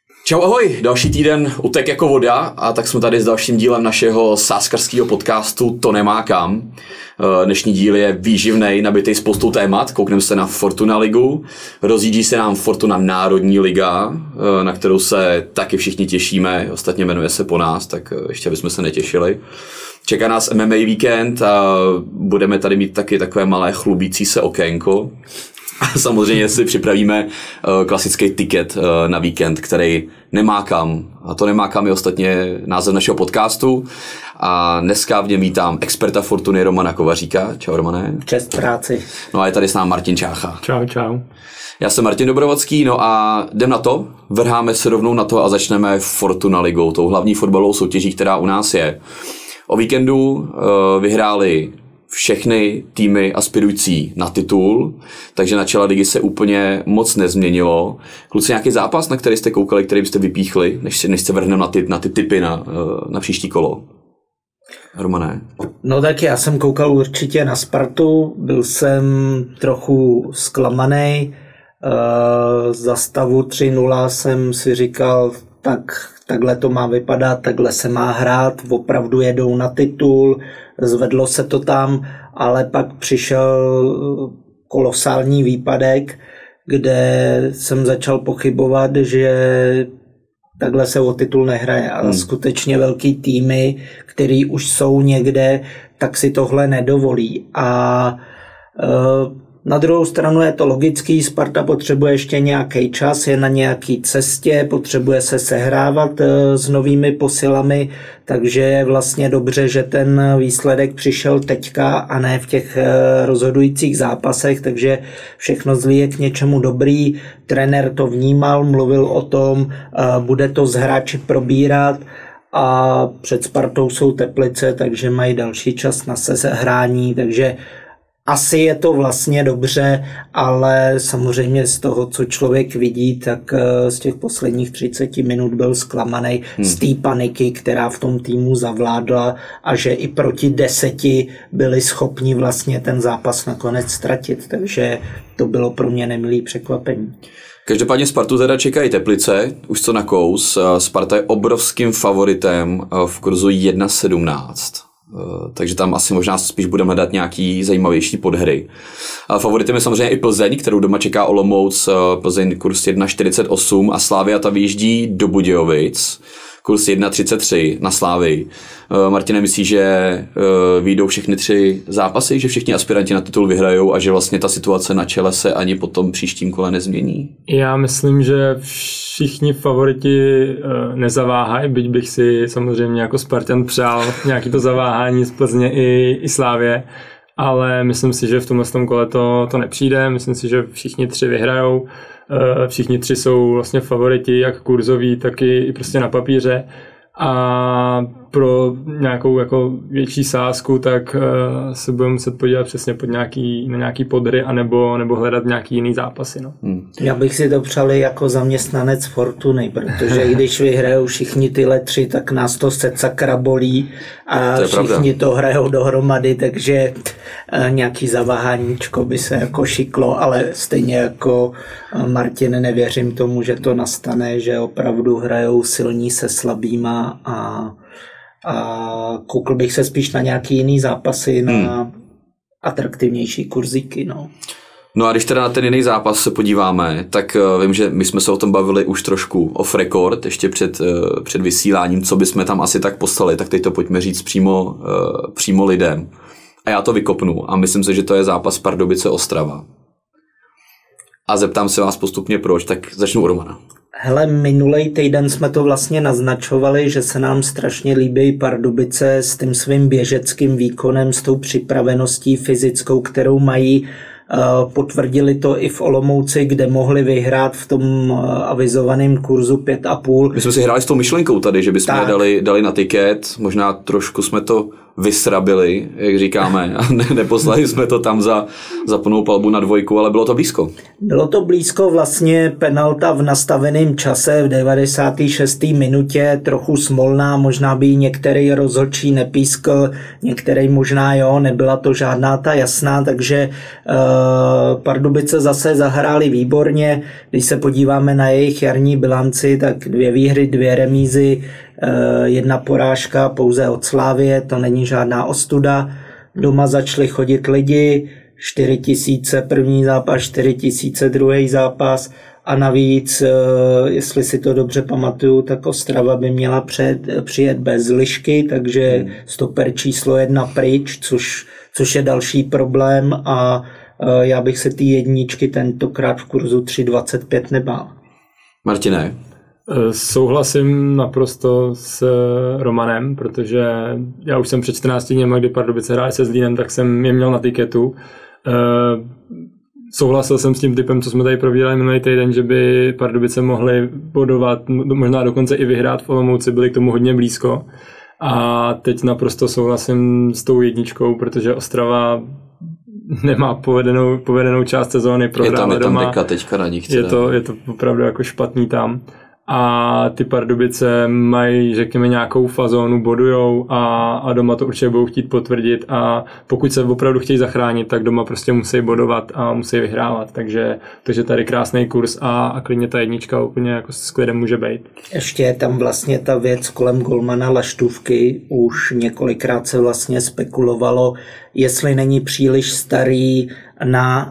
Čau, ahoj, další týden utek jako voda a tak jsme tady s dalším dílem našeho sázkařského podcastu To nemá kam. Dnešní díl je výživnej, nabitý spoustou témat, koukneme se na Fortuna ligu, rozjíždí se nám Fortuna Národní liga, na kterou se taky všichni těšíme, ostatně jmenuje se po nás, tak ještě bychom se netěšili. Čeká nás MMA víkend a budeme tady mít taky takové malé chlubící se okénko. A samozřejmě si připravíme klasický tiket na víkend, který nemá kam. A to nemá kam je ostatně název našeho podcastu. A dneska v něm vítám experta Fortuny Romana Kovaříka. Čau, Romane. Čest práci. No a je tady s námi Martin Čácha. Čau, čau. Já jsem Martin Dobrovodský, no a jdem na to. Vrháme se rovnou na to a začneme Fortuna ligou, tou hlavní fotbalovou soutěží, která u nás je. O víkendu vyhráli všechny týmy aspirující na titul, takže na čele ligy se úplně moc nezměnilo. Kluci, nějaký zápas, na který jste koukali, který byste vypíchli, než se vrhneme na ty tipy na příští kolo? Romané? No tak já jsem koukal určitě na Spartu, byl jsem trochu zklamaný. Za stavu 3-0 jsem si říkal, takhle to má vypadat, takhle se má hrát, opravdu jedou na titul, zvedlo se to tam, ale pak přišel kolosální výpadek, kde jsem začal pochybovat, že takhle se o titul nehraje. A skutečně velký týmy, který už jsou někde, tak si tohle nedovolí. A na druhou stranu je to logický, Sparta potřebuje ještě nějaký čas, je na nějaký cestě, potřebuje se sehrávat s novými posilami, takže je vlastně dobře, že ten výsledek přišel teďka a ne v těch rozhodujících zápasech, takže všechno zlý je k něčemu dobrý. Trenér to vnímal, mluvil o tom, bude to s hráči probírat a před Spartou jsou Teplice, takže mají další čas na sehrání, takže asi je to vlastně dobře, ale samozřejmě z toho, co člověk vidí, tak z těch posledních 30 minut byl zklamaný z té paniky, která v tom týmu zavládla a že i proti 10 byli schopni vlastně ten zápas nakonec ztratit, takže to bylo pro mě nemilý překvapení. Každopádně Spartu teda čekají Teplice, už co na kous. Sparta je obrovským favoritem v kurzu 1,17. Takže tam asi možná spíš budeme hledat nějaký zajímavější podhry. Favoritem je samozřejmě i Plzeň, kterou doma čeká Olomouc, Plzeň kurz 1,48 a Slavia ta vyjíždí do Budějovic, kurz 1,33 na Slávii. Martine, myslíš, že vyjdou všechny 3 zápasy, že všichni aspiranti na titul vyhrajou a že vlastně ta situace na čele se ani po tom příštím kole nezmění? Já myslím, že všichni favoriti nezaváhají, byť bych si samozřejmě jako Spartan přál nějaký to zaváhání z Plzně i Slávie, ale myslím si, že v tomhle kole to nepřijde, myslím si, že všichni 3 vyhrajou, všichni 3 jsou vlastně favoriti, jak kurzoví, tak i prostě na papíře. A pro nějakou jako větší sázku, tak se budeme muset podívat přesně na nějaký podhry anebo hledat nějaký jiný zápasy. No. Já bych si to přál jako zaměstnanec Fortuny, protože když vyhrajou všichni tyhle 3, tak nás to sakra bolí a všichni to hrajou dohromady, takže nějaký zaváháníčko by se jako šiklo, ale stejně jako Martin nevěřím tomu, že to nastane, že opravdu hrajou silní se slabýma a koukl bych se spíš na nějaký jiný zápasy, na atraktivnější kurzíky. No a když teda na ten jiný zápas se podíváme, tak vím, že my jsme se o tom bavili už trošku off record, ještě před vysíláním, co bychom tam asi tak poslali, tak teď to pojďme říct přímo lidem. A já to vykopnu a myslím si, že to je zápas Pardubice-Ostrava. A zeptám se vás postupně proč, tak začnu u Romana. Hele, minulej týden jsme to vlastně naznačovali, že se nám strašně líbí Pardubice s tím svým běžeckým výkonem, s tou připraveností fyzickou, kterou mají. Potvrdili to i v Olomouci, kde mohli vyhrát v tom avizovaném kurzu 5,5. My jsme si hráli s tou myšlenkou tady, že bychom je dali na tiket, možná trošku jsme to vysrabili, jak říkáme, a neposlali jsme to tam za plnou palbu na 2, ale bylo to blízko. Bylo to blízko, vlastně penalta v nastaveném čase v 96. minutě, trochu smolná, možná by některý rozhodčí nepískl, některý možná jo, nebyla to žádná ta jasná, takže Pardubice zase zahráli výborně. Když se podíváme na jejich jarní bilanci, tak 2 výhry, 2 remízy, 1 porážka pouze od Slavie, to není žádná ostuda. Doma začali chodit lidi, 4 000 první zápas, 4 000 druhý zápas a navíc, jestli si to dobře pamatuju, tak Ostrava by měla přijet bez Lišky, takže stoper číslo 1 pryč, což je další problém a já bych se ty jedničky tentokrát v kurzu 3,25 nebál. Martine? Souhlasím naprosto s Romanem, protože já už jsem před 14 dněma, kdy Pardubice hráli se Zlínem, tak jsem je měl na tiketu. Souhlasil jsem s tím typem, co jsme tady probírali minulý týden, že by Pardubice mohly bodovat, možná dokonce i vyhrát v Olomouci, byli k tomu hodně blízko. A teď naprosto souhlasím s tou jedničkou, protože Ostrava nemá povedenou část sezóny, prohrála doma. Je tam teďka na nich. Je to opravdu jako špatný tam. A ty Pardubice mají, řekněme, nějakou fazónu, bodujou a doma to určitě budou chtít potvrdit a pokud se opravdu chtějí zachránit, tak doma prostě musí bodovat a musí vyhrávat. Takže tady krásný kurz a klidně ta jednička úplně jako s klidem může být. Ještě je tam vlastně ta věc kolem golmana Laštůvky. Už několikrát se vlastně spekulovalo, jestli není příliš starý na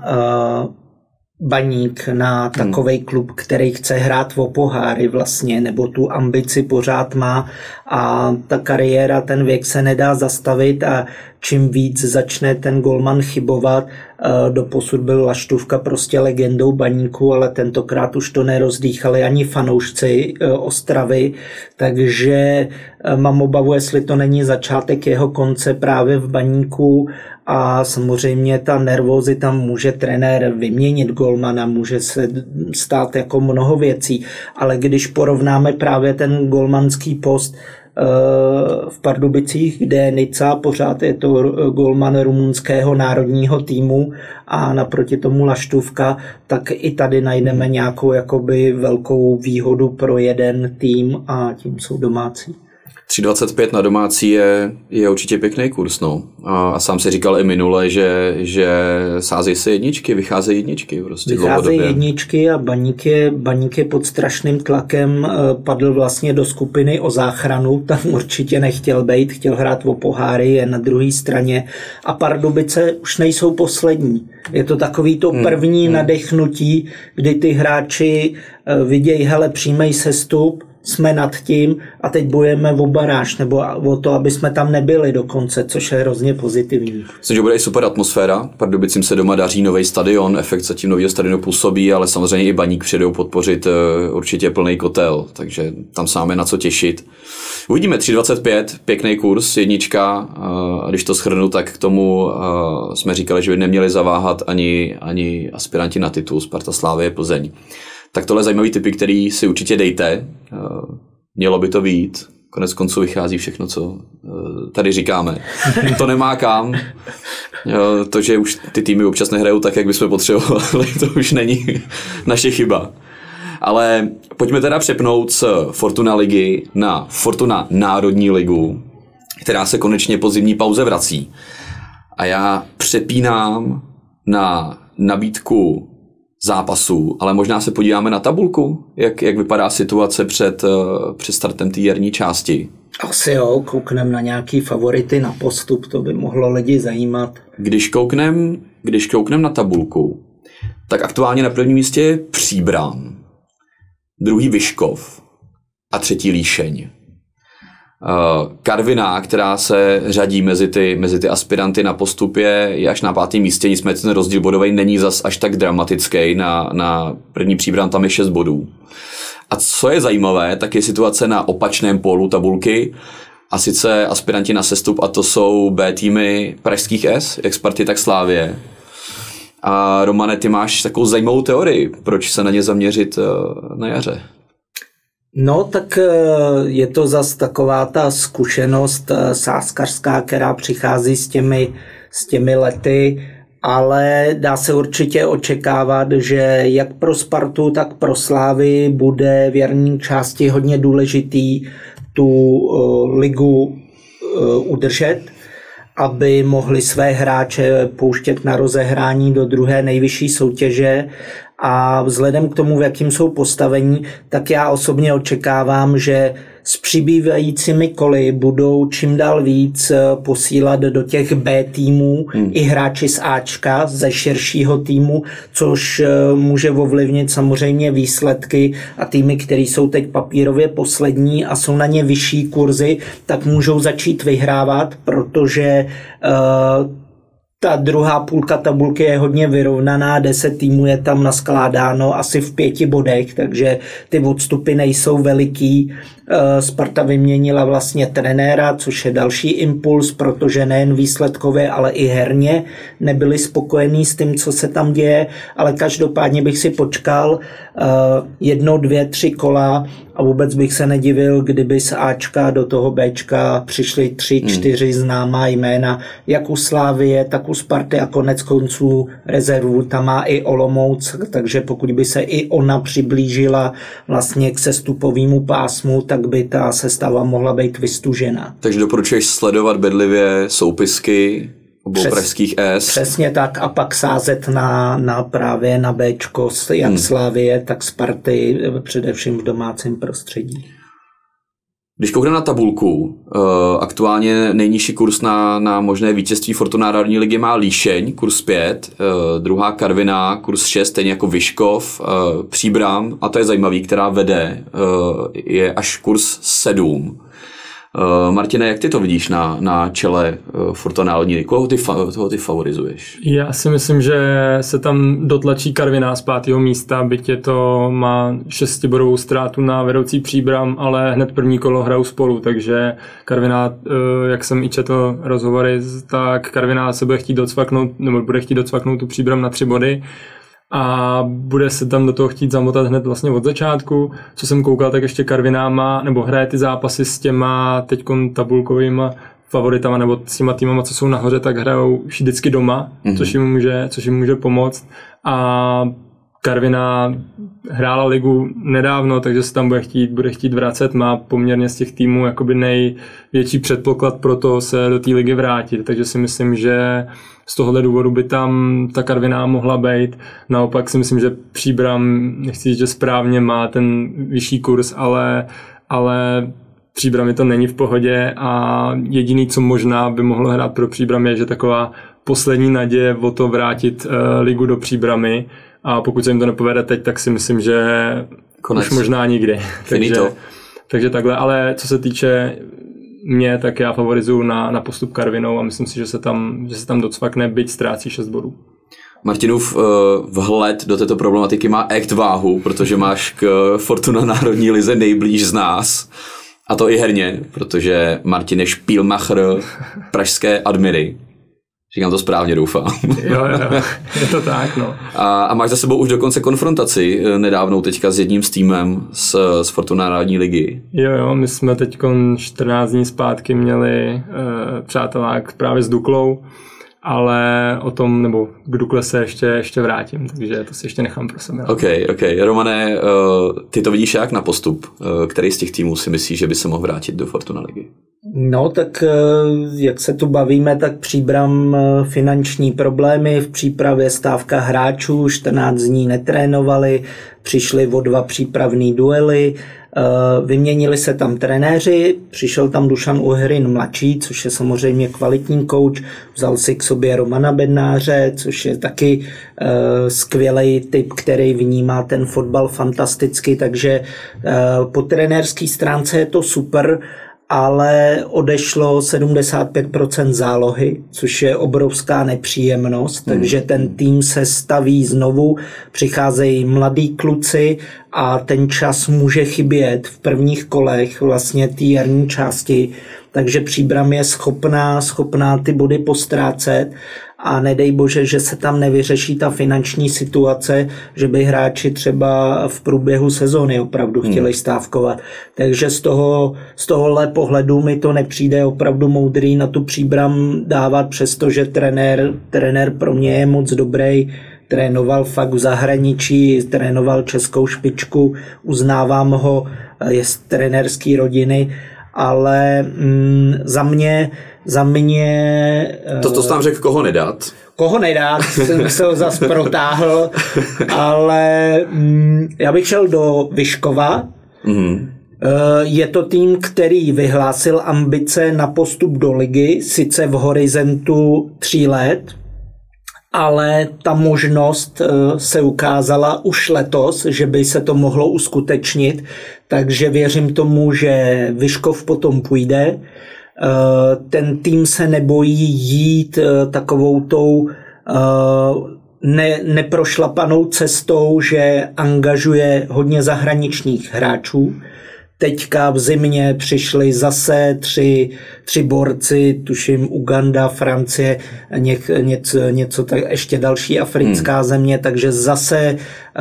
Baník, na takovej klub, který chce hrát o poháry vlastně, nebo tu ambici pořád má a ta kariéra, ten věk se nedá zastavit a čím víc začne ten golman chybovat, doposud byl Laštůvka prostě legendou Baníku, ale tentokrát už to nerozdýchali ani fanoušci Ostravy, takže mám obavu, jestli to není začátek jeho konce právě v Baníku a samozřejmě ta nervozita, může trenér vyměnit golmana, může se stát jako mnoho věcí, ale když porovnáme právě ten golmanský post v Pardubicích, kde je Nica, pořád je to golman rumunského národního týmu a naproti tomu Laštůvka, tak i tady najdeme nějakou jakoby velkou výhodu pro jeden tým a tím jsou domácí. 3,25 na domácí je určitě pěkný kurz, no. A sám si říkal i minule, že sázejí se jedničky, vycházejí jedničky. Prostě vycházejí jedničky a Baník je pod strašným tlakem, padl vlastně do skupiny o záchranu, tam určitě nechtěl být, chtěl hrát o poháry, je na druhé straně a Pardubice už nejsou poslední. Je to takový to první nadechnutí, kdy ty hráči vidějí, hele, přímej sestup, jsme nad tím a teď bojujeme o baráž nebo o to, aby jsme tam nebyli dokonce, což je hrozně pozitivní. Myslím, že bude i super atmosféra. Pardubicím se doma daří nový stadion, efekt zatím nového stadionu působí, ale samozřejmě i Baník přijdou podpořit určitě plný kotel, takže tam se máme na co těšit. Uvidíme 3,25, pěkný kurz, jednička, a když to shrnu, tak k tomu jsme říkali, že by neměli zaváhat ani aspiranti na titul Sparta, Slavie, Plzeň. Tak tohle zajímavý tipy, který si určitě dejte. Mělo by to být. Konec konců vychází všechno, co tady říkáme. To nemá kam. To, že už ty týmy občas nehrajou tak, jak bychom potřebovali, to už není naše chyba. Ale pojďme teda přepnout z Fortuna ligy na Fortuna národní ligu, která se konečně po zimní pauze vrací. A já přepínám na nabídku zápasů, ale možná se podíváme na tabulku, jak vypadá situace před startem té jarní části. Asi jo, koukneme na nějaký favority na postup, to by mohlo lidi zajímat. Když kouknem na tabulku, tak aktuálně na prvním místě je Příbram, druhý Vyškov a třetí Líšeň. Karviná, která se řadí mezi ty aspiranty na postup, je až na 5. místě, nicméně ten rozdíl bodový není zas až tak dramatický, na první Příbram tam je 6 bodů. A co je zajímavé, tak je situace na opačném pólu tabulky, a sice aspiranti na sestup, a to jsou B týmy pražských S, jak Sparty, tak Slávie. A Romane, ty máš takovou zajímavou teorii, proč se na ně zaměřit na jaře. No, tak je to zas taková ta zkušenost sázkařská, která přichází s těmi lety, ale dá se určitě očekávat, že jak pro Spartu, tak pro Slávy bude v jarní části hodně důležitý tu ligu udržet, aby mohli své hráče pouštět na rozehrání do druhé nejvyšší soutěže. A vzhledem k tomu, v jakým jsou postavení, tak já osobně očekávám, že s přibývajícími koly budou čím dál víc posílat do těch B týmů i hráči z Ačka, ze širšího týmu, což může ovlivnit samozřejmě výsledky a týmy, které jsou teď papírově poslední a jsou na ně vyšší kurzy, tak můžou začít vyhrávat, protože ta druhá půlka tabulky je hodně vyrovnaná, 10 týmů je tam naskládáno asi v 5 bodech, takže ty odstupy nejsou veliký. Sparta vyměnila vlastně trenéra, což je další impuls, protože nejen výsledkově, ale i herně nebyli spokojení s tím, co se tam děje, ale každopádně bych si počkal 1, 2, 3 kola a vůbec bych se nedivil, kdyby z Ačka do toho Bčka přišly 3, 4 známá jména, jak u Slávie, tak u Sparty a konec konců rezervu tam má i Olomouc, takže pokud by se i ona přiblížila vlastně k sestupovému pásmu, tak by ta sestava mohla být vystužena. Takže doporučuješ sledovat bedlivě soupisky obou pražských S? Přesně tak a pak sázet na právě na Bčko, jak Slávie, tak Sparty, především v domácím prostředí. Když koukneme na tabulku, aktuálně nejnižší kurz na možné vítězství Fortuna Národní ligy má Líšeň, kurz 5, druhá Karviná, kurz 6, stejně jako Vyškov, Příbram, a to je zajímavý, která vede, je až kurz 7. Martine, jak ty to vidíš na čele Fortuna Národní ligy? Koho ty favorizuješ? Já si myslím, že se tam dotlačí Karviná z 5. místa, byť má 6bodovou ztrátu na vedoucí Příbram, ale hned první kolo hrajou spolu, takže Karviná, jak jsem i četl rozhovory, tak Karviná se bude chtít docvaknout tu Příbram na 3 body. A bude se tam do toho chtít zamotat hned vlastně od začátku. Co jsem koukal, tak ještě Karviná hraje ty zápasy s těma teďkon tabulkovýma favoritama nebo s těma týmama, co jsou nahoře, tak hrajou vždycky doma, což jim může pomoct. A Karviná hrála ligu nedávno, takže se tam bude chtít vracet, má poměrně z těch týmů jakoby největší předpoklad pro to se do té ligy vrátit, takže si myslím, že z tohohle důvodu by tam ta Karviná mohla být. Naopak si myslím, že Příbram, nechci říct, že správně má ten vyšší kurz, ale Příbram je to není v pohodě a jediný, co možná by mohlo hrát pro Příbram, je, že taková poslední naděje o to vrátit ligu do Příbramy. A pokud se jim to nepovede teď, tak si myslím, že konec. Už možná nikdy. takže takhle, ale co se týče mě, tak já favorizuju na postup Karvinou a myslím si, že se tam docvakne, byť ztrácí 6 bodů. Martinův vhled do této problematiky má echt váhu, protože máš k Fortuna Národní lize nejblíž z nás. A to i herně, protože Martin je špílmacher pražské Admiry. Říkám to správně, doufám. Jo, je to tak, no. A máš za sebou už dokonce konfrontaci nedávnou teďka s jedním z týmem z Fortuna Národní ligy. Jo, my jsme teď 14 dní zpátky měli přátelák právě s Duklou, ale o tom, nebo k Dukle se ještě vrátím, takže to si ještě nechám pro sebe. OK. Romane, ty to vidíš jak na postup? Který z těch týmů si myslíš, že by se mohl vrátit do Fortuna ligy? No, tak jak se tu bavíme, tak Příbram finanční problémy, v přípravě stávka hráčů, 14 dní netrénovali, přišli o 2 přípravný duely, vyměnili se tam trenéři, přišel tam Dušan Uhrin mladší, což je samozřejmě kvalitní kouč, vzal si k sobě Romana Bednáře, což je taky skvělý typ, který vnímá ten fotbal fantasticky, takže po trenérské stránce je to super, ale odešlo 75% zálohy, což je obrovská nepříjemnost, takže ten tým se staví znovu, přicházejí mladí kluci a ten čas může chybět v prvních kolech vlastně té jarní části, takže Příbram je schopná ty body postrácet a nedej bože, že se tam nevyřeší ta finanční situace, že by hráči třeba v průběhu sezóny opravdu chtěli stávkovat. Takže z tohohle pohledu mi to nepřijde opravdu moudrý na tu Příbram dávat, přestože trenér pro mě je moc dobrý, trénoval fakt v zahraničí, trénoval českou špičku, uznávám ho, je z trenérský rodiny, ale za mě To jsi tam řekl, koho nedat? Koho nedát, jsem se ho zas protáhl, ale já bych šel do Vyškova. Je to tým, který vyhlásil ambice na postup do ligy, sice v horizontu 3 let, ale ta možnost se ukázala už letos, že by se to mohlo uskutečnit, takže věřím tomu, že Vyškov potom půjde. Ten tým se nebojí jít takovou tou neprošlapanou cestou, že angažuje hodně zahraničních hráčů. Teďka v zimě přišli zase tři borci, tuším Uganda, Francie, něco tak, ještě další africká země, takže zase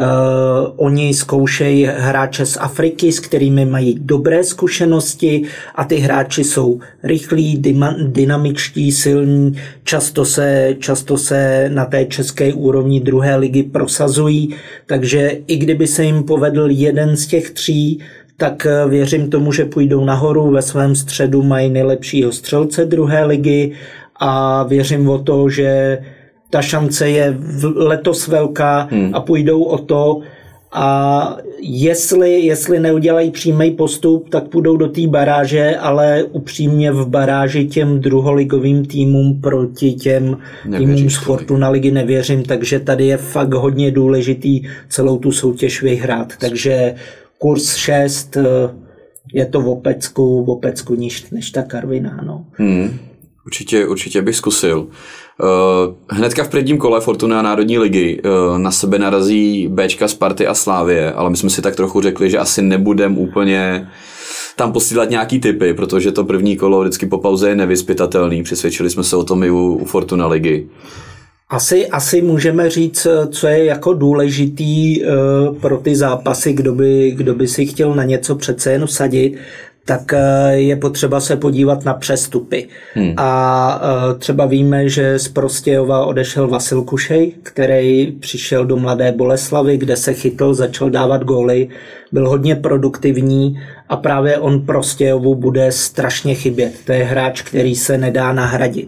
oni zkoušejí hráče z Afriky, s kterými mají dobré zkušenosti a ty hráči jsou rychlí, dynamičtí, silní, často se na té české úrovni 2. ligy prosazují, takže i kdyby se jim povedl jeden z těch 3, tak věřím tomu, že půjdou nahoru, ve svém středu mají nejlepšího střelce 2. ligy a věřím o to, že ta šance je letos velká a půjdou o to a jestli neudělají přímý postup, tak půjdou do té baráže, ale upřímně v baráži těm druholigovým týmům proti těm týmům z Fortuna ligy nevěřím, takže tady je fakt hodně důležitý celou tu soutěž vyhrát, takže kurz 6 je to v Opecku níž než ta Karviná. No. Určitě bych zkusil. Hnedka v prvním kole Fortuna národní ligy na sebe narazí Bčka Sparty a Slavie, ale my jsme si tak trochu řekli, že asi nebudeme úplně tam posílat nějaký tipy, protože to první kolo vždycky po pauze je nevyzpytatelný. Přesvědčili jsme se o tom i u Fortuna ligy. Asi můžeme říct, co je jako důležitý pro ty zápasy, kdo by si chtěl na něco přece jen vsadit, tak je potřeba se podívat na přestupy. A třeba víme, že z Prostějova odešel Vasil Kušej, který přišel do Mladé Boleslavi, kde se chytl, začal dávat góly, byl hodně produktivní a právě on Prostějovu bude strašně chybět. To je hráč, který se nedá nahradit.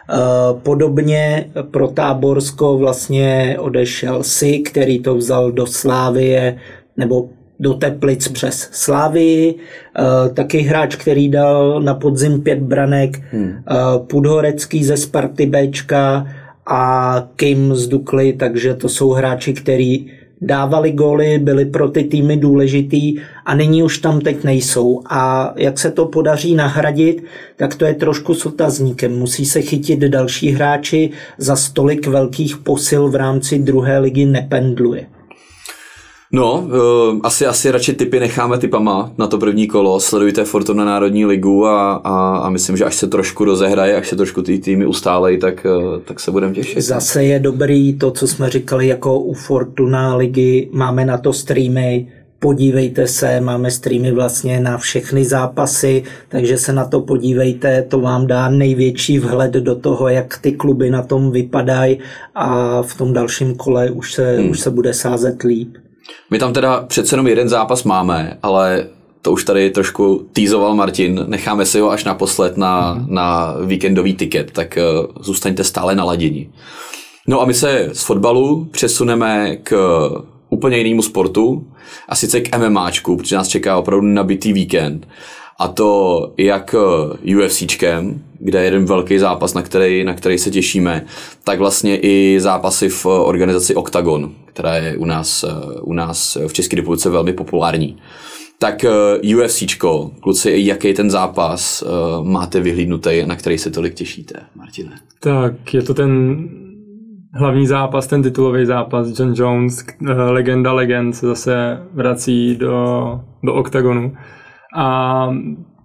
Podobně pro Táborsko vlastně odešel Si, který to vzal do Slávie nebo do Teplic přes Slávii. Taky hráč, který dal na podzim 5 branek. Podhorecký ze Sparty Bčka a Kim z Dukly, takže to jsou hráči, který dávali góly, byli pro ty týmy důležitý a nyní už tam teď nejsou. A jak se to podaří nahradit, tak to je trošku s otazníkem. Musí se chytit další hráči, za tolik velkých posil v rámci 2. ligy nependluje. No, asi radši tipy necháme tipama na to první kolo. Sledujte Fortuna národní ligu a myslím, že až se trošku rozehraje, až se trošku ty týmy ustálejí, tak se budeme těšit. Zase je dobrý to, co jsme říkali, jako u Fortuna ligy, máme na to streamy, podívejte se, máme streamy vlastně na všechny zápasy, takže se na to podívejte, to vám dá největší vhled do toho, jak ty kluby na tom vypadají a v tom dalším kole už se bude sázet líp. My tam teda přece jenom jeden zápas máme, ale to už tady trošku týzoval Martin, necháme si ho až naposled na víkendový tiket, tak zůstaňte stále naladěni. No a my se z fotbalu přesuneme k úplně jinému sportu, a sice k MMAčku, protože nás čeká opravdu nabitý víkend. A to jak UFCčkem, kde je jeden velký zápas, na který se těšíme, tak vlastně i zápasy v organizaci Octagon, která je u nás v České republice velmi populární. Tak UFCčko, kluci, jaký ten zápas máte vyhlídnutý, na který se tolik těšíte, Martine? Tak je to ten hlavní zápas, ten titulový zápas. John Jones, legenda legend, se zase vrací do Octagonu. A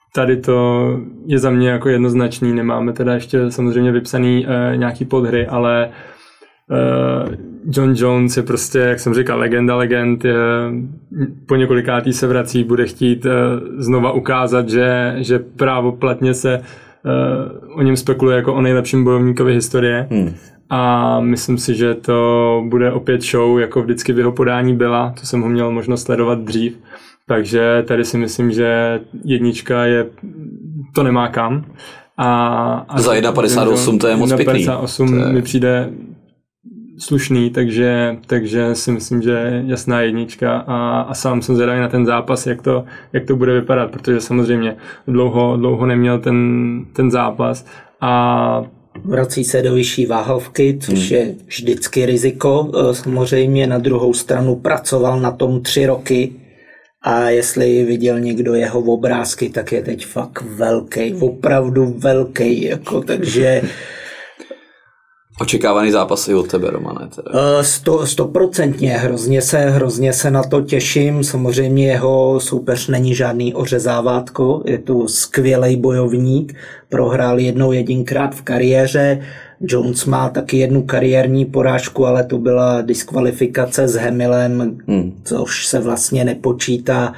tady to je za mě jako jednoznačný, nemáme teda ještě samozřejmě vypsaný nějaký podhry, ale Jon Jones je prostě, jak jsem říkal, legend, po několikátý se vrací, bude chtít znova ukázat, že právoplatně se o něm spekuluje jako o nejlepším bojovníkovi historie. A myslím si, že to bude opět show, jako vždycky v jeho podání byla, to jsem ho měl možnost sledovat dřív, takže tady si myslím, že jednička to nemá kam. A za 1,58 to je moc pěkný. 1,58 mi přijde slušný, takže si myslím, že jasná jednička a sám jsem zvědavý na ten zápas, jak to bude vypadat, protože samozřejmě dlouho neměl ten zápas a vrací se do vyšší váhovky, což je vždycky riziko. Samozřejmě na druhou stranu pracoval na tom 3 roky a jestli viděl někdo jeho obrázky, tak je teď fakt velký, opravdu velký, jako, takže očekávaný zápas i od tebe, Romane. 100%, hrozně se na to těším. Samozřejmě jeho soupeř není žádný ořezávátko, je to skvělý bojovník, prohrál jedinkrát v kariéře. Jones má taky 1 kariérní porážku, ale to byla diskvalifikace s Hamillem, což se vlastně nepočítá.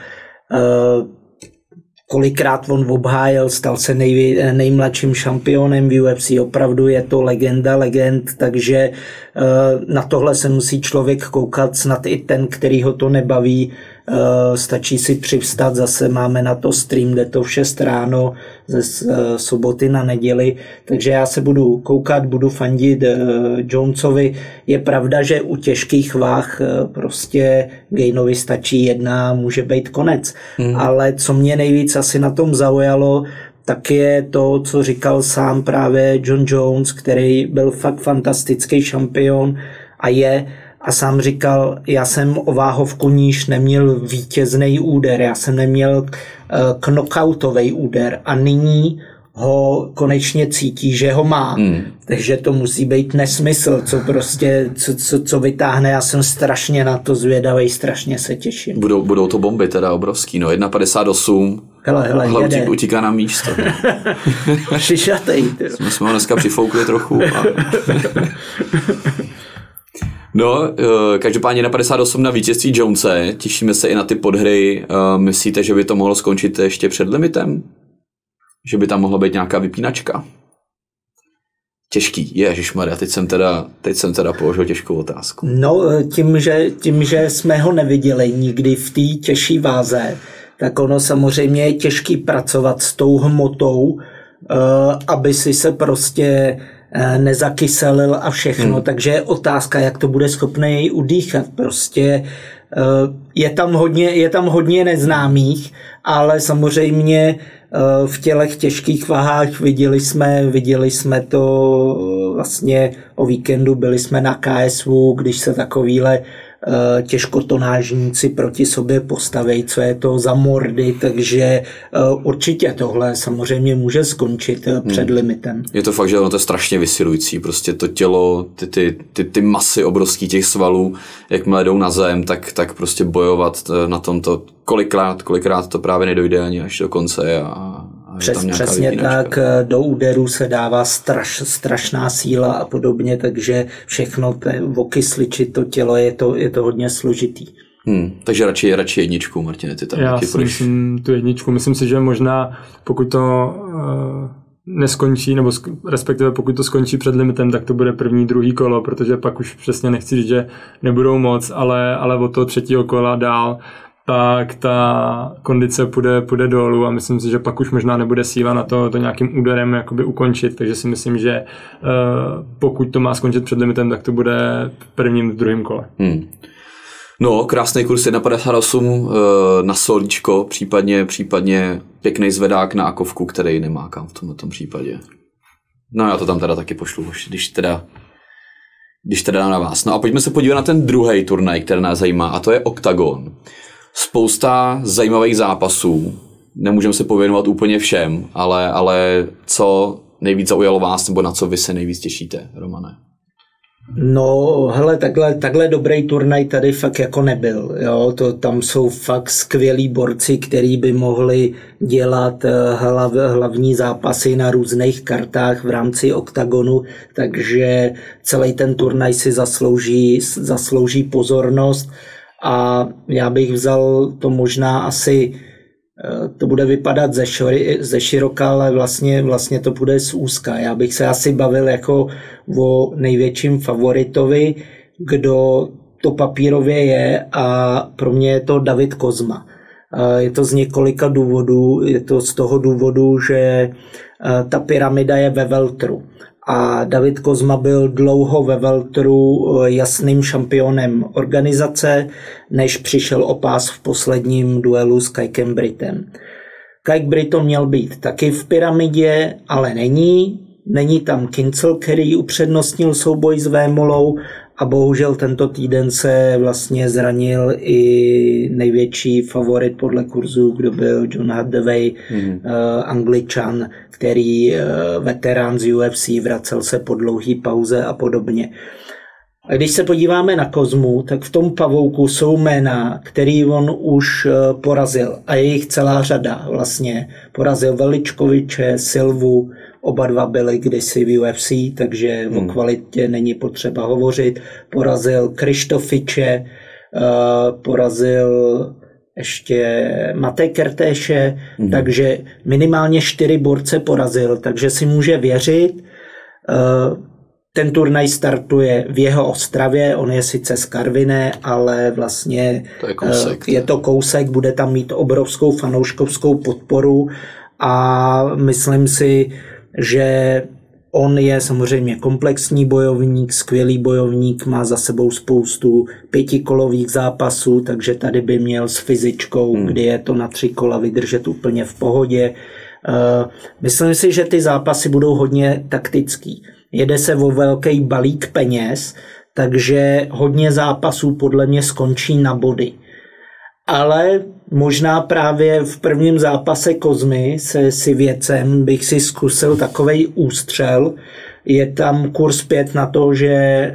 Kolikrát on obhájil, stal se nejmladším šampionem v UFC, opravdu je to legend, takže na tohle se musí člověk koukat, snad i ten, který ho to nebaví, stačí si přivstat, zase máme na to stream, jde to v 6 ráno ze soboty na neděli, takže já se budu koukat, budu fandit Jonesovi. Je pravda, že u těžkých váh prostě Gainovi stačí 1, může být konec, ale co mě nejvíc asi na tom zaujalo, tak je to, co říkal sám právě Jon Jones, který byl fakt fantastický šampion a sám říkal, já jsem o váhovku níž neměl vítězný úder, já jsem neměl knockoutový úder a nyní ho konečně cítí, že ho má. Takže to musí být nesmysl, co vytáhne. Já jsem strašně na to zvědavý, strašně se těším. Budou to bomby teda obrovský, 1,58. Hele, utíká nám místo. Šišatej. Jsme ho dneska přifoukli trochu. Každopádně 1,58 na vítězství Jonese, těšíme se i na ty podhry. Myslíte, že by to mohlo skončit ještě před limitem? Že by tam mohla být nějaká vypínačka? Těžký, ježišmarja, teď jsem teda položil těžkou otázku. No, tím, že jsme ho neviděli nikdy v té těžší váze, tak ono samozřejmě je těžký pracovat s tou hmotou, aby si se prostě nezakyselil a všechno, takže je otázka, jak to bude schopné jej udýchat. Prostě je tam hodně neznámých, ale samozřejmě v těch těžkých váhách viděli jsme to vlastně o víkendu, byli jsme na KSV, když se takovýhle těžkotonážníci proti sobě postaví, co je to za mordy, takže určitě tohle samozřejmě může skončit před limitem. Je to fakt, že ono to je strašně vysilující, prostě to tělo, ty masy obrovský těch svalů, jakmile jdou na zem, tak prostě bojovat na tomto kolikrát to právě nedojde ani až do konce a Přesně tak, do úderu se dává strašná síla a podobně, takže všechno okysličit to tělo, je to hodně složitý. Takže radši jedničku, Martine, ty tam já si myslím tu jedničku, myslím si, že možná pokud to neskončí, nebo respektive pokud to skončí před limitem, tak to bude první, druhý kolo, protože pak už přesně nechci říct, že nebudou moc, ale od toho 3. kola dál tak ta kondice půjde dolů a myslím si, že pak už možná nebude síla na to nějakým úderem jakoby ukončit, takže si myslím, že pokud to má skončit před limitem, tak to bude v prvním, druhém kole. No, krásný kurz 1,58 na solíčko, případně pěkný zvedák na akovku, který nemá kam v tomto případě. No, já to tam teda taky pošlu, když teda na vás. No a pojďme se podívat na ten druhý turnaj, který nás zajímá, a to je Octagon. Spousta zajímavých zápasů, nemůžeme se pověnovat úplně všem, ale co nejvíc zaujalo vás, nebo na co vy se nejvíc těšíte, Romane? No, hele, takhle dobrý turnaj tady fakt jako nebyl. Jo? Tam jsou fakt skvělí borci, kteří by mohli dělat hlavní zápasy na různých kartách v rámci oktagonu, takže celý ten turnaj si zaslouží pozornost a já bych vzal to možná asi, to bude vypadat ze široka, ale vlastně to bude z úzka. Já bych se asi bavil jako o největším favoritovi, kdo to papírově je, a pro mě je to David Kozma. Je to z několika důvodů. Je to z toho důvodu, že ta pyramida je ve welteru. A David Kozma byl dlouho ve welteru jasným šampionem organizace, než přišel o pás v posledním duelu s Kaikem Brittem. Kaik Britton měl být taky v pyramidě, ale není. Není tam Kincel, který upřednostnil souboj s Vémolou, a bohužel tento týden se vlastně zranil i největší favorit podle kurzu, kdo byl John Hardaway, Angličan, který veterán z UFC, vracel se po dlouhý pauze a podobně. A když se podíváme na Kozmu, tak v tom pavouku jsou jména, který on už porazil, a je jich celá řada vlastně. Porazil Veličkoviče, Silvu, oba dva byli kdysi v UFC, takže o kvalitě není potřeba hovořit. Porazil Krištofiče, porazil ještě Matej Kertéše, takže minimálně 4 borce porazil, takže si může věřit. Ten turnaj startuje v jeho Ostravě, on je sice z Karviné, ale vlastně je to kousek, bude tam mít obrovskou fanouškovskou podporu a myslím si, že on je samozřejmě komplexní bojovník, skvělý bojovník, má za sebou spoustu 5kolových zápasů, takže tady by měl s fyzičkou, kdy je to na 3 kola, vydržet úplně v pohodě. Myslím si, že ty zápasy budou hodně taktický. Jede se o velký balík peněz, takže hodně zápasů podle mě skončí na body. Ale možná právě v prvním zápase Kozmy se Sivěcem bych si zkusil takovej ústřel. Je tam kurz 5 na to, že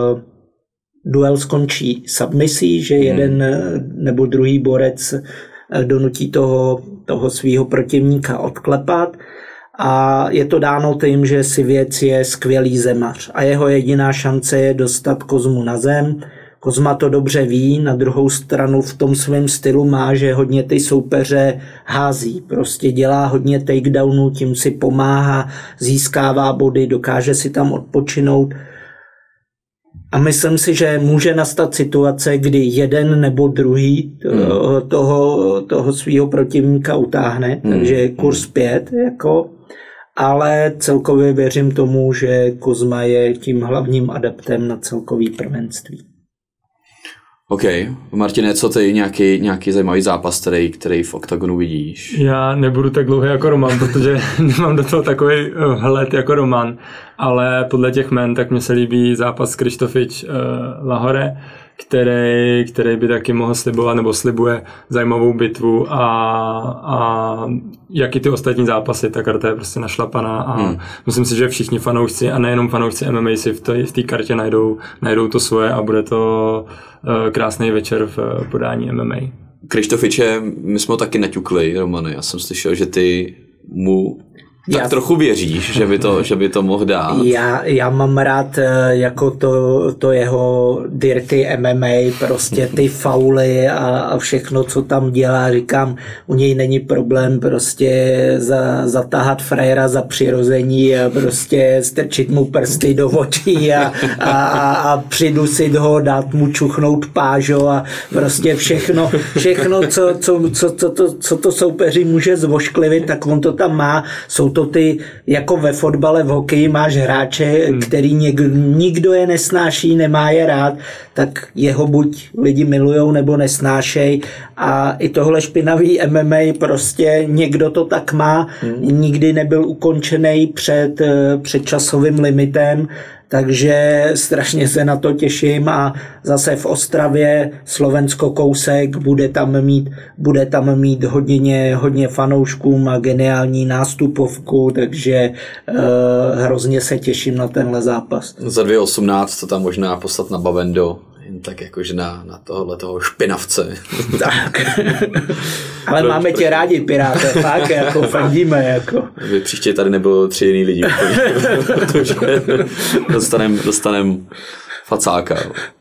duel skončí submisí, že jeden nebo druhý borec donutí toho svého protivníka odklepat. A je to dáno tím, že Sivěc je skvělý zemař a jeho jediná šance je dostat Kozmu na zem. Kozma to dobře ví, na druhou stranu v tom svém stylu má, že hodně ty soupeře hází. Prostě dělá hodně takedownů, tím si pomáhá, získává body, dokáže si tam odpočinout. A myslím si, že může nastat situace, kdy jeden nebo druhý toho svého protivníka utáhne, takže kurz 5, ale celkově věřím tomu, že Kozma je tím hlavním adeptem na celkový prvenství. OK. Martine, co ty nějaký zajímavý zápas, který v oktagonu vidíš? Já nebudu tak dlouhý jako Roman, protože nemám do toho takový hled jako Roman, ale podle těch jmen tak mně se líbí zápas Krištofič Lahore, který by taky mohl slibovat nebo slibuje zajímavou bitvu a jak i ty ostatní zápasy, ta karta je prostě našlapaná a myslím si, že všichni fanoušci a nejenom fanoušci MMA si v té kartě najdou to svoje a bude to krásný večer v podání MMA. Krištofiče, my jsme ho taky naťukli, Romane, já jsem slyšel, že ty mu tak trochu věříš, že by to mohl dát. Já mám rád jako to jeho dirty MMA, prostě ty fauly a všechno, co tam dělá. Říkám, u něj není problém prostě zatáhat frajera za přirození a prostě strčit mu prsty do očí a přidusit ho, dát mu čuchnout pážo a prostě všechno co to soupeři může zvošklivit, tak on to tam má. Jsou to ty, jako ve fotbale, v hokeji máš hráče, který nikdo je nesnáší, nemá je rád, tak jeho buď lidi milujou nebo nesnášej a i tohle špinavý MMA prostě někdo to tak má, nikdy nebyl ukončený před časovým limitem, takže strašně se na to těším a zase v Ostravě Slovensko kousek, bude tam mít hodně fanoušků, má geniální nástupovku, takže hrozně se těším na tenhle zápas. Za 2.18 to tam možná poslat na Bavendo, jen tak jakože na toho špinavce. Tak. Ale máme tě rádi, Piráte, fakt, jako fandíme, jako. Aby příště tady nebylo 3 jiný lidi, protože dostanem facáka.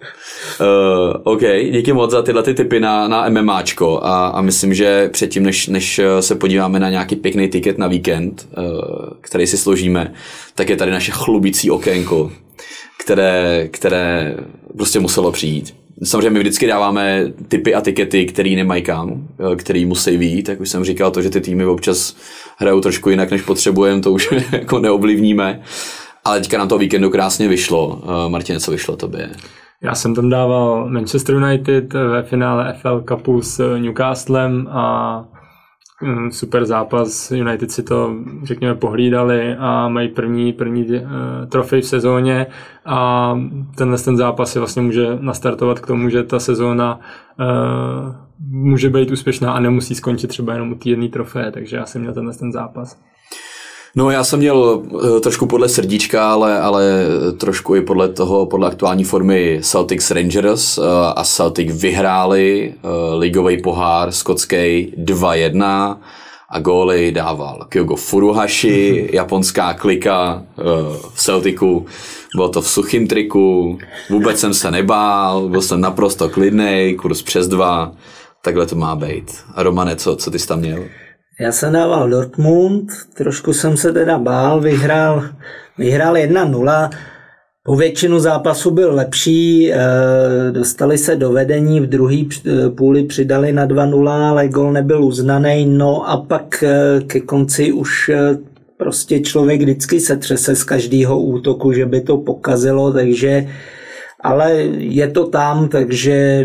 OK, díky moc za tyhle tipy na MMAčko a myslím, že předtím, než se podíváme na nějaký pěkný tiket na víkend, který si složíme, tak je tady naše chlubící okénko, které prostě muselo přijít. Samozřejmě my vždycky dáváme tipy a tikety, který nemají kam, který musí vyjít, jak už jsem říkal, to, že ty týmy občas hrajou trošku jinak, než potřebujeme, to už jako neovlivníme, ale teďka nám to víkendu krásně vyšlo. Martine, co vyšlo tobě? Já jsem tam dával Manchester United ve finále FL Cupu s Newcastlem a super zápas. United si to, řekněme, pohlídali a mají první trofej v sezóně a ten zápas si vlastně může nastartovat k tomu, že ta sezóna může být úspěšná a nemusí skončit třeba jenom u té jedné trofeje, takže já jsem měl ten zápas. No, já jsem měl trošku podle srdíčka, ale trošku i podle aktuální formy Celtics Rangers a Celtic vyhráli ligový pohár skotský 2-1 a góly dával Kyogo Furuhashi, japonská klika v Celticu. Bylo to v suchým triku, vůbec jsem se nebál, byl jsem naprosto klidnej, kurz přes 2, takhle to má být. A Romane, co ty jsi tam měl? Já jsem dával Dortmund, trošku jsem se teda bál, vyhrál 1-0, po většinu zápasu byl lepší, dostali se do vedení, v druhé půli přidali na 2-0, ale gol nebyl uznaný, no a pak ke konci už prostě člověk vždycky se třese z každého útoku, že by to pokazilo, takže, ale je to tam, takže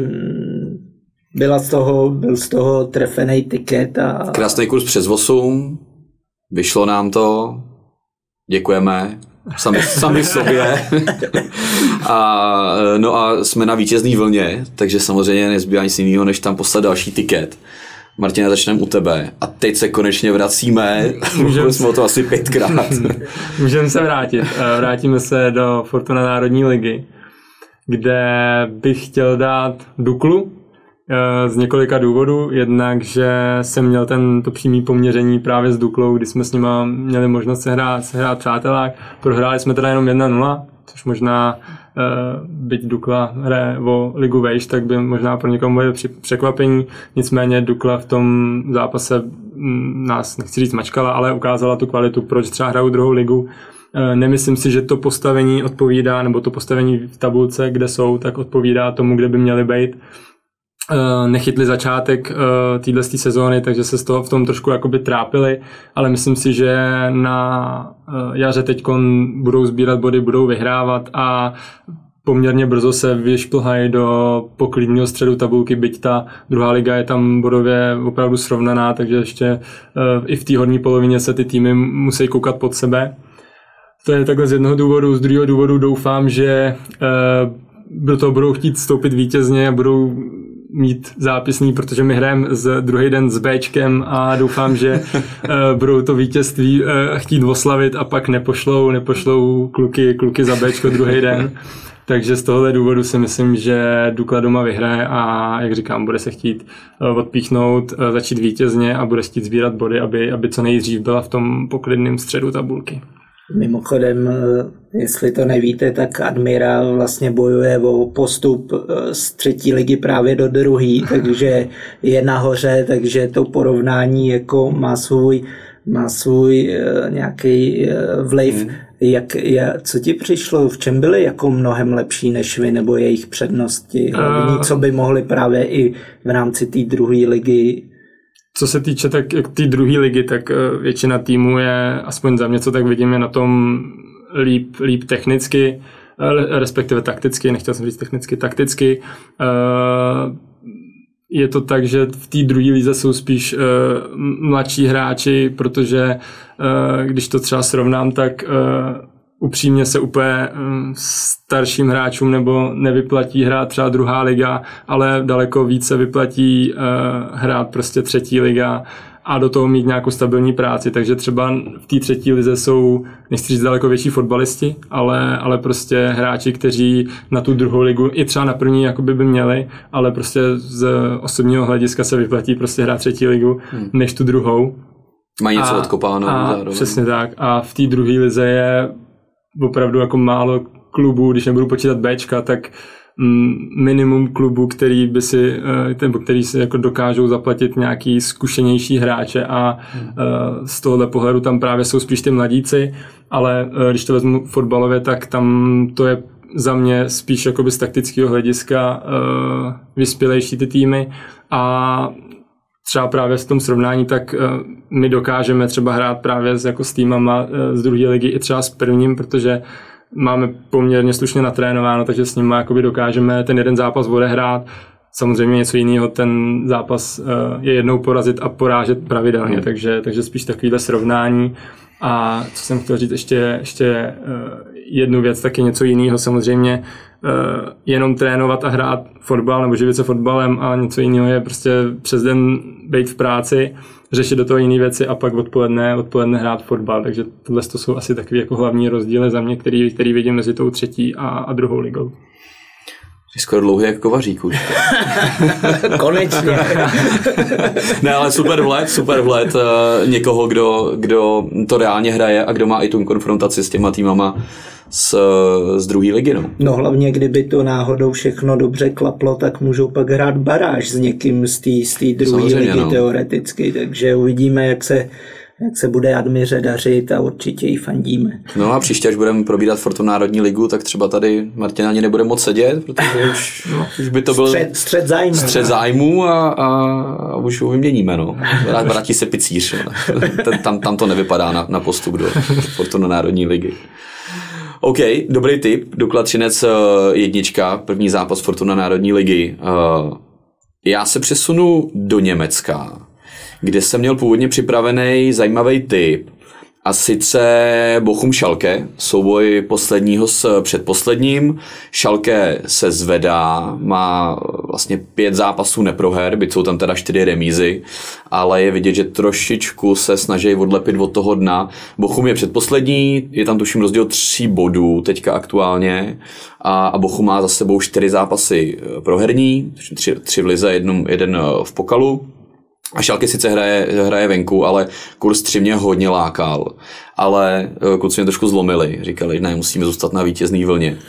byl z toho trefený tiket. Krásný kurz přes 8, vyšlo nám to, děkujeme, sami sobě. No a jsme na vítězný vlně, takže samozřejmě nezbývá nic jiného, než tam poslat další tiket. Martina, začneme u tebe. A teď se konečně vracíme, jsme o to asi 5krát. Můžeme se vrátit. Vrátíme se do Fortuna Národní ligy, kde bych chtěl dát Duklu, z několika důvodů. Jednak, že jsem měl to přímé poměření právě s Duklou, kdy jsme s nima měli možnost sehrát přátelák. Prohráli jsme teda jenom 1-0, což možná byť Dukla hraje o ligu vejš, tak by možná pro někoho bylo překvapení. Nicméně Dukla v tom zápase nás, nechci říct, mačkala, ale ukázala tu kvalitu, proč třeba hrajou druhou ligu. Nemyslím si, že to postavení odpovídá, nebo to postavení v tabulce, kde jsou, tak odpovídá tomu, kde by měli být. Nechytli začátek téhle sezóny, takže se z toho v tom trošku jakoby trápili, ale myslím si, že na jaře teďkon budou sbírat body, budou vyhrávat a poměrně brzo se vyšplhají do poklidního středu tabulky, byť ta druhá liga je tam bodově opravdu srovnaná, takže ještě i v té horní polovině se ty týmy musí koukat pod sebe. To je takhle z jednoho důvodu, z druhého důvodu doufám, že do toho budou chtít vstoupit vítězně a budou mít zápisný, protože my hrajeme druhý den s Bčkem a doufám, že budou to vítězství chtít oslavit a pak nepošlou kluky za Bčko druhý den. Takže z tohohle důvodu si myslím, že Dukla doma vyhraje a, jak říkám, bude se chtít odpíchnout, začít vítězně a bude chtít sbírat body, aby co nejdřív byla v tom poklidném středu tabulky. Mimochodem, jestli to nevíte, tak Admira vlastně bojuje o postup z 3. ligy právě do 2., takže je nahoře, takže to porovnání jako má svůj nějaký vliv. Co ti přišlo, v čem byly jako mnohem lepší než vy, nebo jejich přednosti, co by mohli právě i v rámci té 2. ligy? Co se týče tak té druhé ligy, tak většina týmů je, aspoň za mě, co tak vidím, je na tom líp technicky, respektive takticky, nechtěl jsem říct technicky, takticky. Je to tak, že v té druhé lize jsou spíš mladší hráči, protože když to třeba srovnám, tak upřímně se úplně starším hráčům nebo nevyplatí hrát třeba druhá liga, ale daleko více vyplatí hrát prostě třetí liga a do toho mít nějakou stabilní práci, takže třeba v té třetí lize jsou, nechci říct daleko větší fotbalisti, ale prostě hráči, kteří na tu druhou ligu i třeba na první jakoby by měli, ale prostě z osobního hlediska se vyplatí prostě hrát třetí ligu, než tu druhou. Mají něco odkopáno. Přesně tak. A v té druhé lize je opravdu jako málo klubů, když nebudu počítat Bčka, tak minimum klubů, který si jako dokážou zaplatit nějaký zkušenější hráče a z tohohle pohledu tam právě jsou spíš ty mladíci, ale když to vezmu fotbalově, tak tam to je za mě spíš jakoby z taktického hlediska vyspělejší ty týmy a třeba právě v tom srovnání, tak my dokážeme třeba hrát právě jako s týmama z druhé ligy i třeba s prvním, protože máme poměrně slušně natrénováno, takže s nimi jakoby dokážeme ten jeden zápas odehrát. Samozřejmě něco jiného, ten zápas je jednou porazit a porážet pravidelně, takže spíš takovýhle srovnání. A co jsem chtěl říct ještě jednu věc, tak je něco jiného samozřejmě jenom trénovat a hrát fotbal nebo živit se fotbalem a něco jiného je prostě přes den být v práci, řešit do toho jiné věci a pak odpoledne hrát fotbal, takže tohle to jsou asi takový jako hlavní rozdíly za mě, který vidím mezi tou třetí a druhou ligou. Jsi skoro dlouhý jak Kovařík už. Konečně. Ne, ale super vhled někoho, kdo to reálně hraje a kdo má i tu konfrontaci s těma týmama z druhé ligy. No hlavně, kdyby to náhodou všechno dobře klaplo, tak můžou pak hrát baráž s někým z té druhé ligy teoreticky, takže uvidíme, jak se bude Admiře dařit a určitě ji fandíme. No a příště, až budeme probírat Fortuna Národní ligu, tak třeba tady Martin ani nebude moc sedět, protože už by to byl střed zájmu a už ho vyměníme. Vrátí se Picíř. Tam to nevypadá na postup do Fortuna Národní ligy. OK, dobrý tip. Dukla Třinec 1, první zápas Fortuna Národní ligy. Já se přesunu do Německa, kde jsem měl původně připravený zajímavý tip, a sice Bochum Schalke, souboj posledního s předposledním. Schalke se zvedá, má vlastně 5 zápasů neproher, byť jsou tam teda 4 remízy, ale je vidět, že trošičku se snaží odlepit od toho dna. Bochum je předposlední, je tam tuším rozdíl 3 bodů teďka aktuálně a Bochum má za sebou 4 zápasy proherní, 3 v lize, jeden v pokalu. A Schalke sice hraje venku, ale kurz 3 mě hodně lákal. Ale kluci mě trošku zlomili. Říkali, ne, musíme zůstat na vítězný vlně.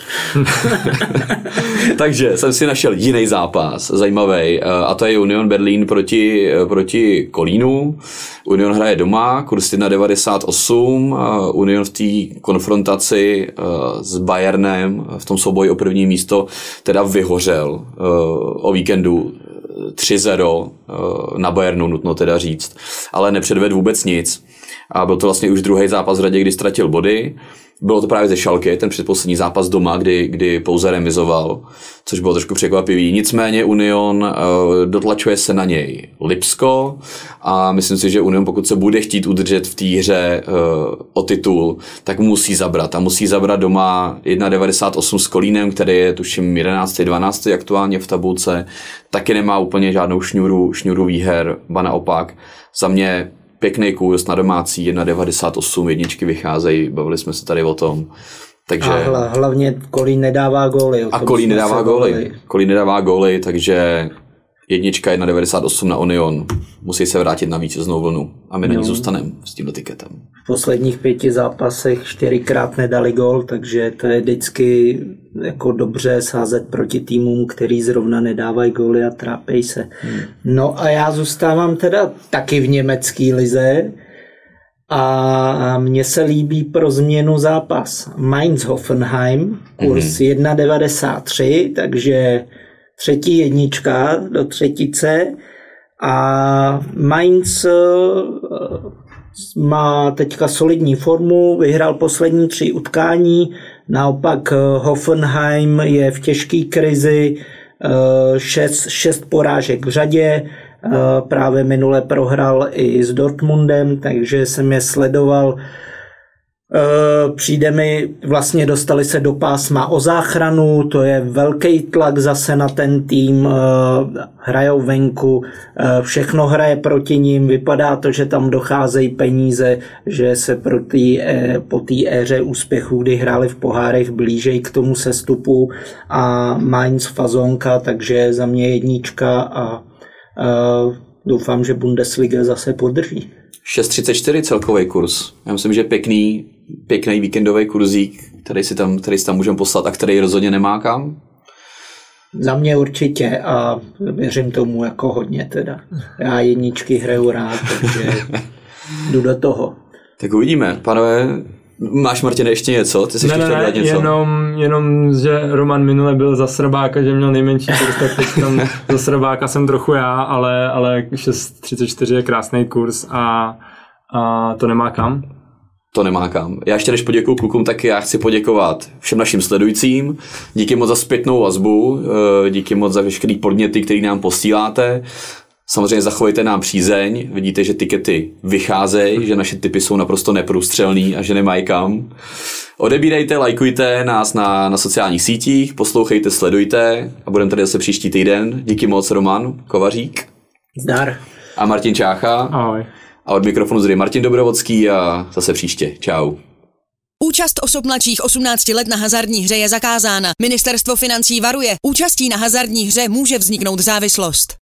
Takže jsem si našel jiný zápas, zajímavý, a to je Union Berlin proti Kolínu. Union hraje doma, kurz 1,98. Union v té konfrontaci s Bayernem v tom souboji o první místo teda vyhořel o víkendu 3-0 na Bayernu, nutno teda říct, ale nepředvedl vůbec nic. A byl to vlastně už druhý zápas v řadě, kdy ztratil body. Bylo to právě ze Schalke, ten předposlední zápas doma, kdy pouze remizoval, což bylo trošku překvapivý. Nicméně Union dotlačuje se na něj Lipsko a myslím si, že Union, pokud se bude chtít udržet v té hře o titul, tak musí zabrat. A musí zabrat doma 1,98 s Kolínem, který je tuším 11. aktuálně v tabulce. Taky nemá úplně žádnou šňůru výher, ba naopak. Za mě pěkný kurz na domácí 1,98, jedničky vycházejí, bavili jsme se tady o tom. Takže... A hlavně Kolín nedává góly. A Kolín nedává góly, takže 1,98 na Union. Musí se vrátit na vítěznou vlnu a my na ní zůstaneme s tímhle tiketem. V posledních 5 zápasech 4krát nedali gól, takže to je vždycky jako dobře sázet proti týmům, který zrovna nedávají góly a trápej se. No a já zůstávám teda taky v německé lize a mně se líbí pro změnu zápas Mainz-Hoffenheim, kurz 1,93, takže 3. jednička do třetice a Mainz má teďka solidní formu, vyhrál poslední 3 utkání, naopak Hoffenheim je v těžké krizi, 6 porážek v řadě, právě minule prohrál i s Dortmundem, takže jsem je sledoval. Přijde mi, vlastně dostali se do pásma o záchranu, to je velký tlak zase na ten tým, hrajou venku, všechno hraje proti ním, vypadá to, že tam docházejí peníze, že se po té éře úspěchů, kdy hráli v pohárech, blížejí k tomu sestupu a Mainz fazonka, takže za mě 1 a doufám, že Bundesliga zase podrží. 6,34 celkový kurz. Já myslím, že pěkný víkendový kurzík, který si tam můžeme poslat a který rozhodně nemá kam. Za mě určitě a věřím tomu jako hodně teda. Já 1 hraju rád, takže jdu do toho. Tak uvidíme. Pánové, máš, Martine, ještě něco? Ty jsi chtěl dát něco? Jenom, že Roman minule byl za Srbáka, že měl nejmenší kurz, tak teď tam za Srbáka jsem trochu já, ale 6,34 je krásný kurz a to nemá kam. To nemá kam. Já ještě než poděkuju klukům, tak já chci poděkovat všem našim sledujícím. Díky moc za zpětnou vazbu, díky moc za veškerý podněty, který nám posíláte. Samozřejmě zachovejte nám přízeň, vidíte, že tikety vycházejí, že naše tipy jsou naprosto neprůstřelný a že nemají kam. Odebírejte, lajkujte nás na sociálních sítích, poslouchejte, sledujte a budeme tady zase příští týden. Díky moc, Roman Kovařík. Zdar. A Martin Čácha. Ahoj. A od mikrofonu zde Martin Dobrovodský a zase příště. Čau. Účast osob mladších 18 let na hazardní hře je zakázána. Ministerstvo financí varuje, účastí na hazardní hře může vzniknout závislost.